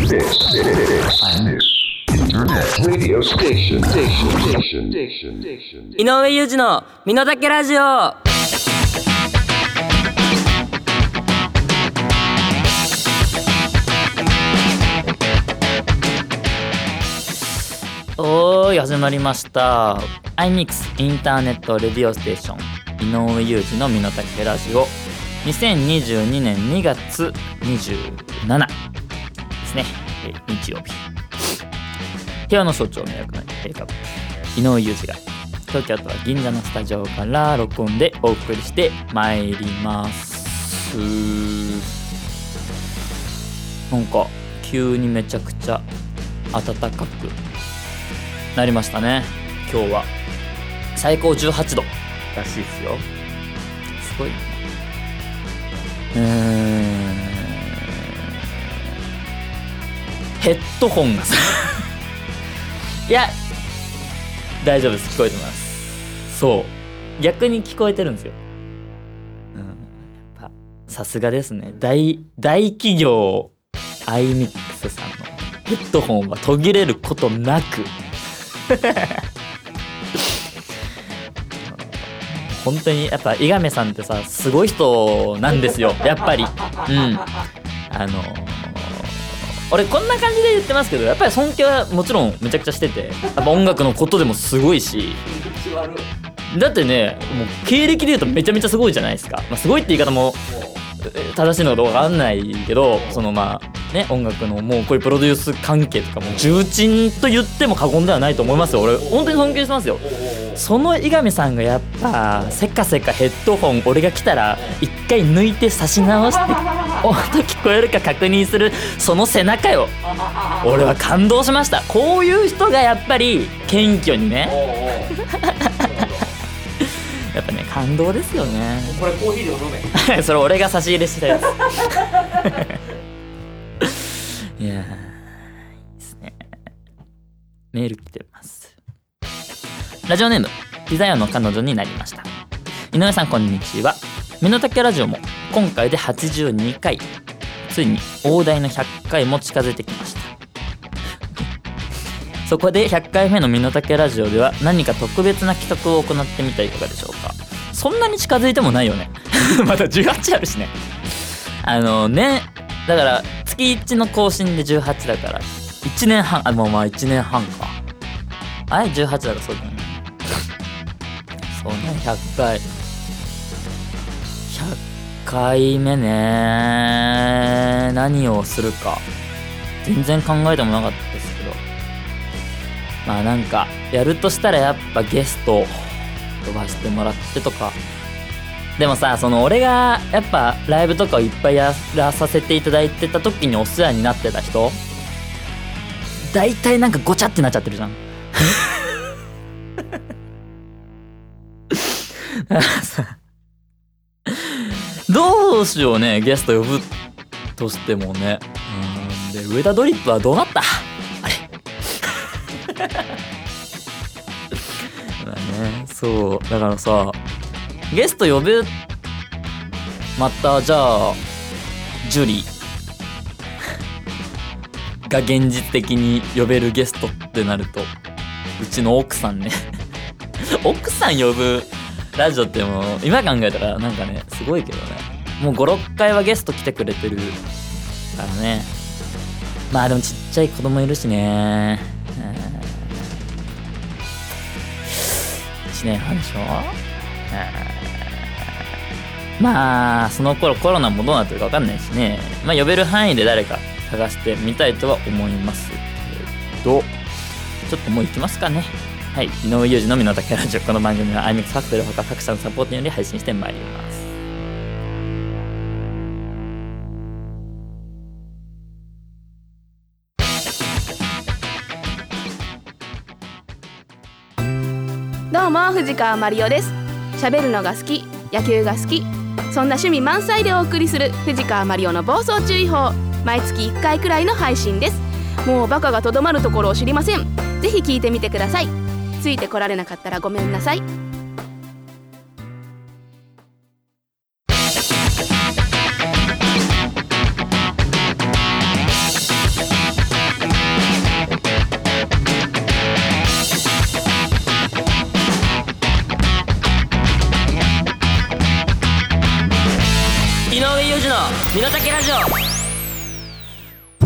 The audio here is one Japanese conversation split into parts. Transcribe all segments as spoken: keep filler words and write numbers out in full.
井上裕二の身の丈ラジオ。おーい、始まりました。 アイミックス インターネットレディオステーション井上裕二の身の丈ラジオ。にせんにじゅうにねんにがつにじゅうしちですね、日曜日。平和の象徴の役の映画井上裕二が東京都は銀座のスタジオから録音でお送りしてまいります。なんか急にめちゃくちゃ暖かくなりましたね。今日は最高じゅうはちどらしいですよ。すごいね。うーんヘッドホンがさいや大丈夫です、聞こえてます。そう逆に聞こえてるんですよ。うん、やっぱさすがですね。大大企業 アイミックス さんのヘッドホンは途切れることなく本当にやっぱ伊亀さんってさすごい人なんですよやっぱり。うんあの俺こんな感じで言ってますけど、やっぱり尊敬はもちろんめちゃくちゃしてて、やっぱ音楽のことでもすごいし、だってねもう経歴で言うとめちゃめちゃすごいじゃないですか。まあ、すごいって言い方も正しいのかどうかわかんないけど、そのまあね音楽のもうこういうプロデュース関係とかも重鎮と言っても過言ではないと思いますよ。俺本当に尊敬してますよ。その伊亀さんがやっぱせかせかヘッドホン俺が来たら一回抜いて差し直して音聞こえるか確認するその背中よ。俺は感動しました。こういう人がやっぱり謙虚にねやっぱね感動ですよね。 これコーヒーでも飲めそれ俺が差し入れしたやついやーいいですね。メール来てます。ラジオネームピザ屋の彼女になりました。井上さんこんにちは。身の丈ラジオも今回ではちじゅうにかい、ついに大台のひゃっかいも近づいてきました。そこでひゃっかいめの身の丈ラジオでは何か特別な企画を行ってみたらいかがでしょうか。そんなに近づいてもないよねまだじゅうはちあるしね。あのねだから月いちの更新でじゅうはちだからいちねんはん、あもうまあいちねんはんか、あれじゅうはちだからそうだよね。そうねひゃっかいひゃっかいめね、何をするか全然考えてもなかったですけど、まあなんかやるとしたらやっぱゲスト飛ばしてもらってとか。でもさその俺がやっぱライブとかをいっぱいやらさせていただいてた時にお世話になってた人大体なんかごちゃってなっちゃってるじゃんどうしようね、ゲスト呼ぶとしてもね。うんで上田ドリップはどうなったあれまあね、そうだからさゲスト呼ぶまたじゃあジュリが現実的に呼べるゲストってなるとうちの奥さんね奥さん呼ぶラジオってもう今考えたらなんかねすごいけどね、もうごろっかいはゲスト来てくれてるからね。まあでもちっちゃい子供いるしね、いちねんはんでしょ。まあその頃コロナもどうなってるか分かんないしね、まあ呼べる範囲で誰か探してみたいとは思いますけど、ちょっともう行きますかね。はい、井上裕二の身の丈ラジオ。この番組は アイミックス ファクトリーほか各社のサポートにより配信してまいります。 どうも藤川マリオです。喋るのが好き、野球が好き、そんな趣味満載でお送りする藤川マリオの暴走注意報、毎月いっかいくらいの配信です。もうバカがとどまるところを知りません。ぜひ聞いてみてください。ついてこられなかったらごめんなさい。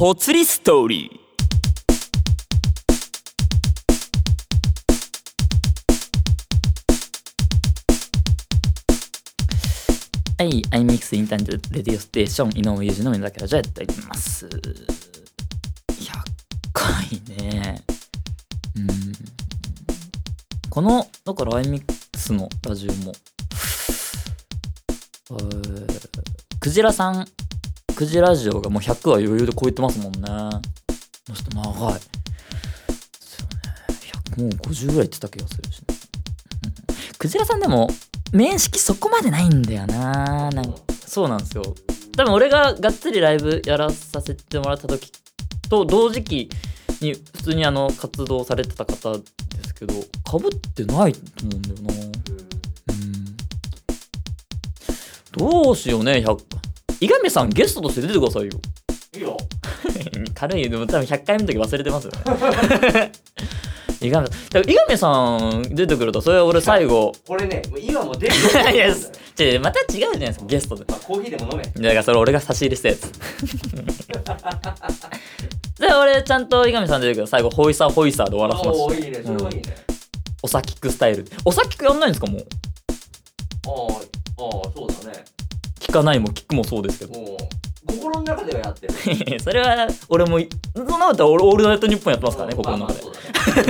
ぽつりストーリー。はい、アイミックスインターネットレディオステーション井上裕二の目だけラジオやっております。ひゃっかいね。うん。このだからアイミックスのラジオも、えー、クジラさんクジラジオがもうひゃくは余裕で超えてますもんね。そして長い。ですよね。ひゃくもうごじゅうぐらい言ってた気がするし、ね。うん、クジラさんでも。面識そこまでないんだよな。なんかそうなんですよ。多分俺ががっつりライブやらさせてもらった時と同時期に普通にあの活動されてた方ですけど、被ってないと思うんだよな。うん。どうしようね。ひゃく伊上さんゲストとして出てくださいよ。 いいよ。 軽い。でも多分ひゃっかいめの時忘れてますよね。伊上さん出てくるとそれは俺最後これね今も出るいやちょまた違うじゃないですかゲストで、 まあ、コーヒーでも飲め。 だからそれ俺が差し入れしたやつで俺ちゃんと伊上さん出てくると最後ホイサーホイサーで終わらせました。 おーいいねそれはいいね、うん、 おさキックスタイル。おさキックやんないんですかもう。 ああああそうだね。 聞かないもキックもそうですけどもう心の中ではやってるそれは俺もその後は俺オールナイトニッポンやってますからね、心の中で、まあ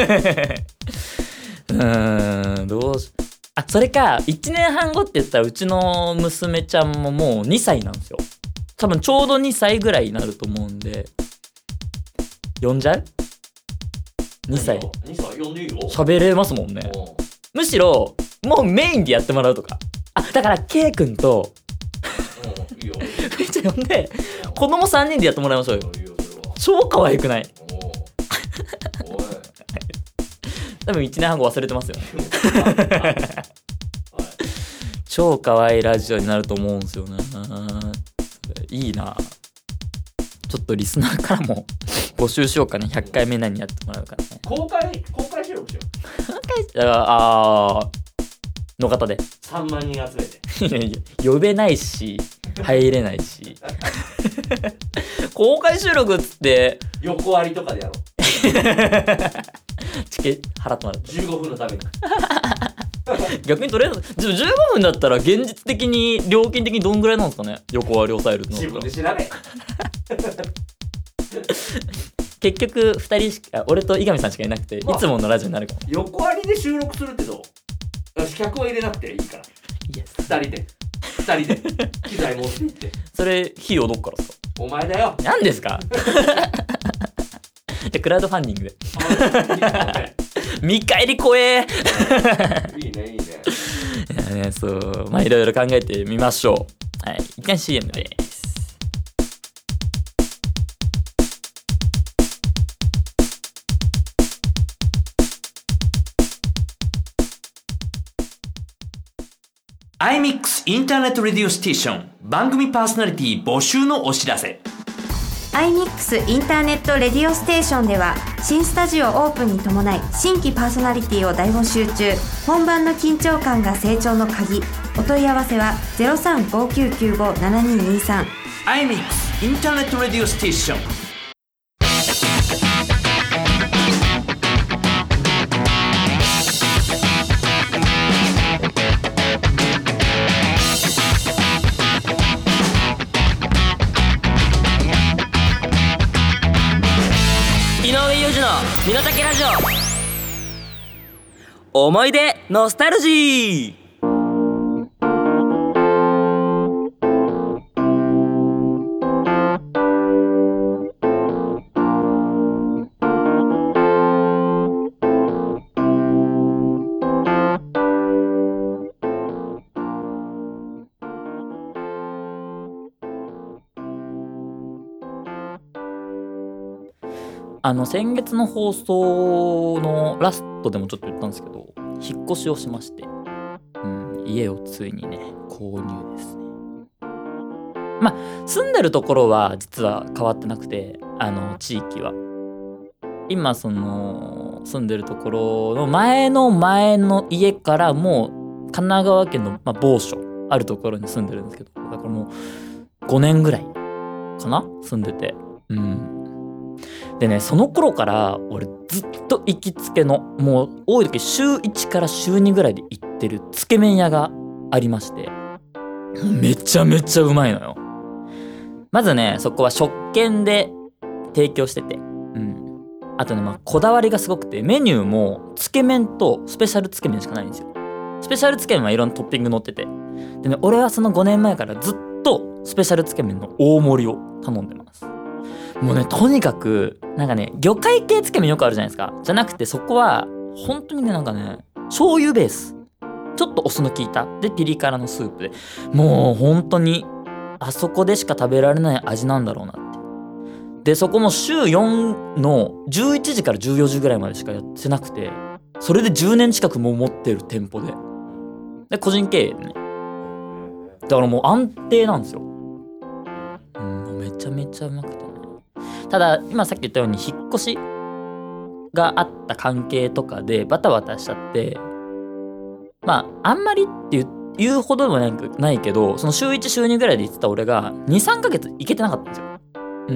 うーんどうしあそれかいちねんはんごって言ったらうちの娘ちゃんももうにさいなんですよ。多分ちょうどにさいぐらいになると思うんで呼んじゃう ?に 歳にさい呼んでいいよ。 喋れますもんね。むしろもうメインでやってもらうとか。あだから K 君といいよめっちゃ呼んで子供さんにんでやってもらいましょうよ。超可愛くない？ おい多分いちねんはんご忘れてますよね超可愛いラジオになると思うんですよね。いいな。ちょっとリスナーからも募集しようかね。ひゃっかいめ何やってもらうからね。 公開公開収録しよう。 公開だからあーの方でさんまんにん集めていやいや呼べないし入れないし公開収録っつって横割りとかでやろうチケ払ってもらってじゅうごふんのために逆にとりあえずじゅうごふんだったら現実的に料金的にどんぐらいなんですかね。横割り抑えるって自分で調べ結局ふたりしか俺と伊上さんしかいなくて、まあ、いつものラジオになるかも。 横割りで収録するってどう？客は入れなくていいからふたりでふたりで機材持っていってそれ費用どっからですか？ お前だよ。 何ですかでクラウドファンディングで見返り怖えいいねいいね。 いやねそうまあいろいろ考えてみましょう。はい一旦 シーエム です。 アイミックス インターネットレディオステーション番組パーソナリティ募集のお知らせ。 アイミックス インターネットレディオステーションでは新スタジオオープンに伴い新規パーソナリティを大募集中。本番の緊張感が成長の鍵。お問い合わせは ゼロさん ごきゅうきゅうご ななににさん。 アイミックス インターネットレディオステーション。 井上裕二の身の丈ラジオ。思い出ノスタルジー。あの先月の放送のラストでもちょっと言ったんですけど、引っ越しをしまして、うん、家をついにね購入ですね。まあ住んでるところは実は変わってなくて、あの地域は今その住んでるところの前の前の家からもう神奈川県の、まあ、某所あるところに住んでるんですけど、だからもうごねんぐらいかな住んでて、うんでね、その頃から俺ずっと行きつけの、もう多い時週いちから週にぐらいで行ってるつけ麺屋がありまして、めちゃめちゃうまいのよ。まずね、そこは食券で提供してて、うん、あとね、まあこだわりがすごくて、メニューもつけ麺とスペシャルつけ麺しかないんですよ。スペシャルつけ麺はいろんなトッピング乗ってて、でね、俺はそのごねんまえからずっとスペシャルつけ麺の大盛りを頼んでます。もうね、とにかくなんかね、魚介系つけ麺よくあるじゃないですか。じゃなくて、そこは本当にね、なんかね、醤油ベース、ちょっとお酢の効いたでピリ辛のスープで、もう本当にあそこでしか食べられない味なんだろうなって。でそこも週よんのじゅういちじからじゅうよじぐらいまでしかやってなくて、それでじゅうねん近くもう持ってる店舗で、で個人経営でね、だからもう安定なんですよ。うん、もうめちゃめちゃうまくてね。ただ今さっき言ったように引っ越しがあった関係とかでバタバタしちゃって、まああんまりっていう言うほどでもないないけど、その週いち週にぐらいで行ってた俺がにさんかげつ行けてなかったんですよ。うん。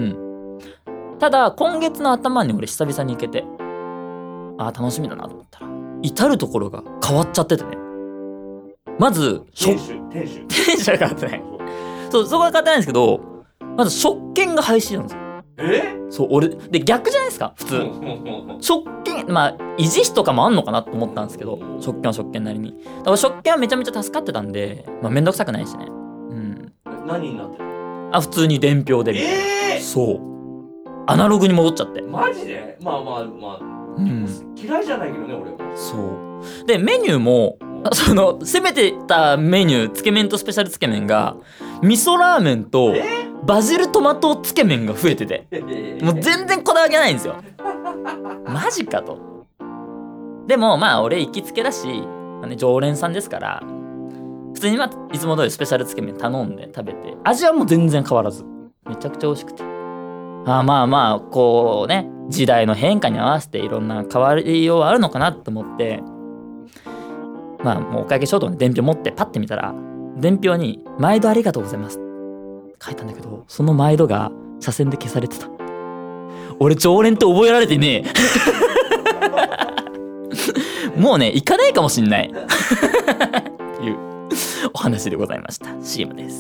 ただ今月の頭に俺久々に行けて、あー楽しみだなと思ったら、至る所が変わっちゃっててね。まず店主店主店主が変わってない。そうそこは変わってないんですけど、まず食券が廃止なんですよ。 えそう俺で逆じゃないですか普通。食券、まあ維持費とかもあんのかなと思ったんですけど、食券は食券なりに。だから食券はめちゃめちゃ助かってたんで、まあめんどくさくないしね。うん。 何になってる？ あ、普通に伝票でみたいな。 えー、 そうアナログに戻っちゃって。 マジで？まあまあまあ、うん、嫌いじゃないけどね俺は。 そうでメニューもその攻めてたメニュー、つけ麺とスペシャルつけ麺が味噌ラーメンとバジルトマトつけ麺が増えてて、もう全然こだわりがないんですよ。マジかと。でもまあ俺行きつけだし、まあね、常連さんですから、普通にまあいつも通りスペシャルつけ麺頼んで食べて、味はもう全然変わらずめちゃくちゃ美味しくて、あまあまあこうね、時代の変化に合わせていろんな変わりようはあるのかなと思って、まあもうお会計しようと思って伝票持ってパッて見たら、伝票に毎度ありがとうございます書いたんだけど、その毎度が斜線で消されてた。俺常連って覚えられてねえもうね行かないかもしんないっていうお話でございました。 シーエム です。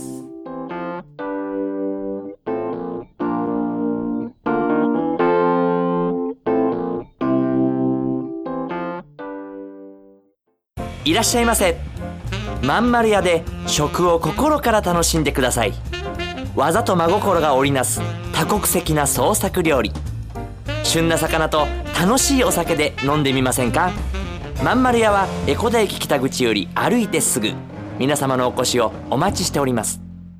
いらっしゃいませ。まんまる屋で食を心から楽しんでください。技と真心が織りなす多国籍な創作料理。旬な魚と楽しいお酒で飲んでみませんか。まんまる屋は江古田駅北口より歩いてすぐ。皆様のお越しをお待ちしております。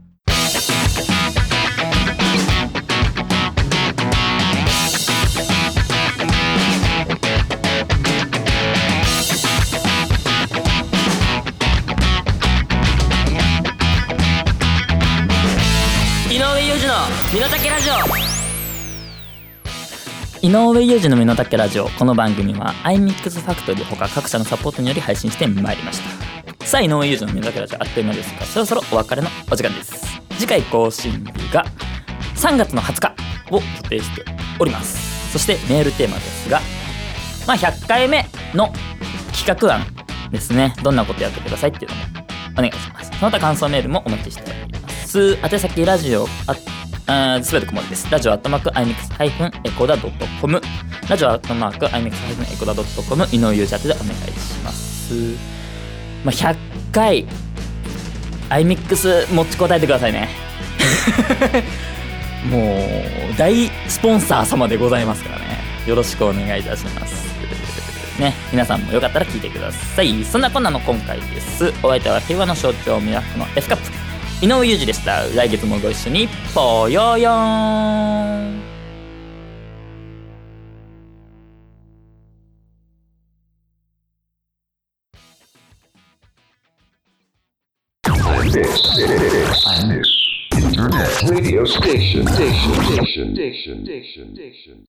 井上裕二の身の丈ラジオ。井上裕二の身の丈ラジオ。この番組は アイミックス ファクトリーほか各社のサポートにより配信してまいりました。さあ井上裕二の身の丈ラジオ、あっという間ですがそろそろお別れのお時間です。次回更新日がさんがつのはつかを予定しております。そしてメールテーマですが、まあひゃっかいめの企画案ですね。どんなことやってくださいっていうのもお願いします。その他感想メールもお待ちしております。宛先ラジオあすべて小文字です。ラジオアットマークアイミックスハイフンエコダドットコム、ラジオアットマークアイミックスハイフンエコダドットコム、井上裕二宛てでお願いします。まあ、ひゃっかいアイミックス持ちこたえてくださいねもう大スポンサー様でございますからね、よろしくお願いいたしますね。皆さんもよかったら聞いてください。そんなこんなの今回です。お相手は平和の象徴ミラクの F カップ井上裕二でした。来月もご一緒にぽよよーん。 Internet radio station, station, station, station, station, station.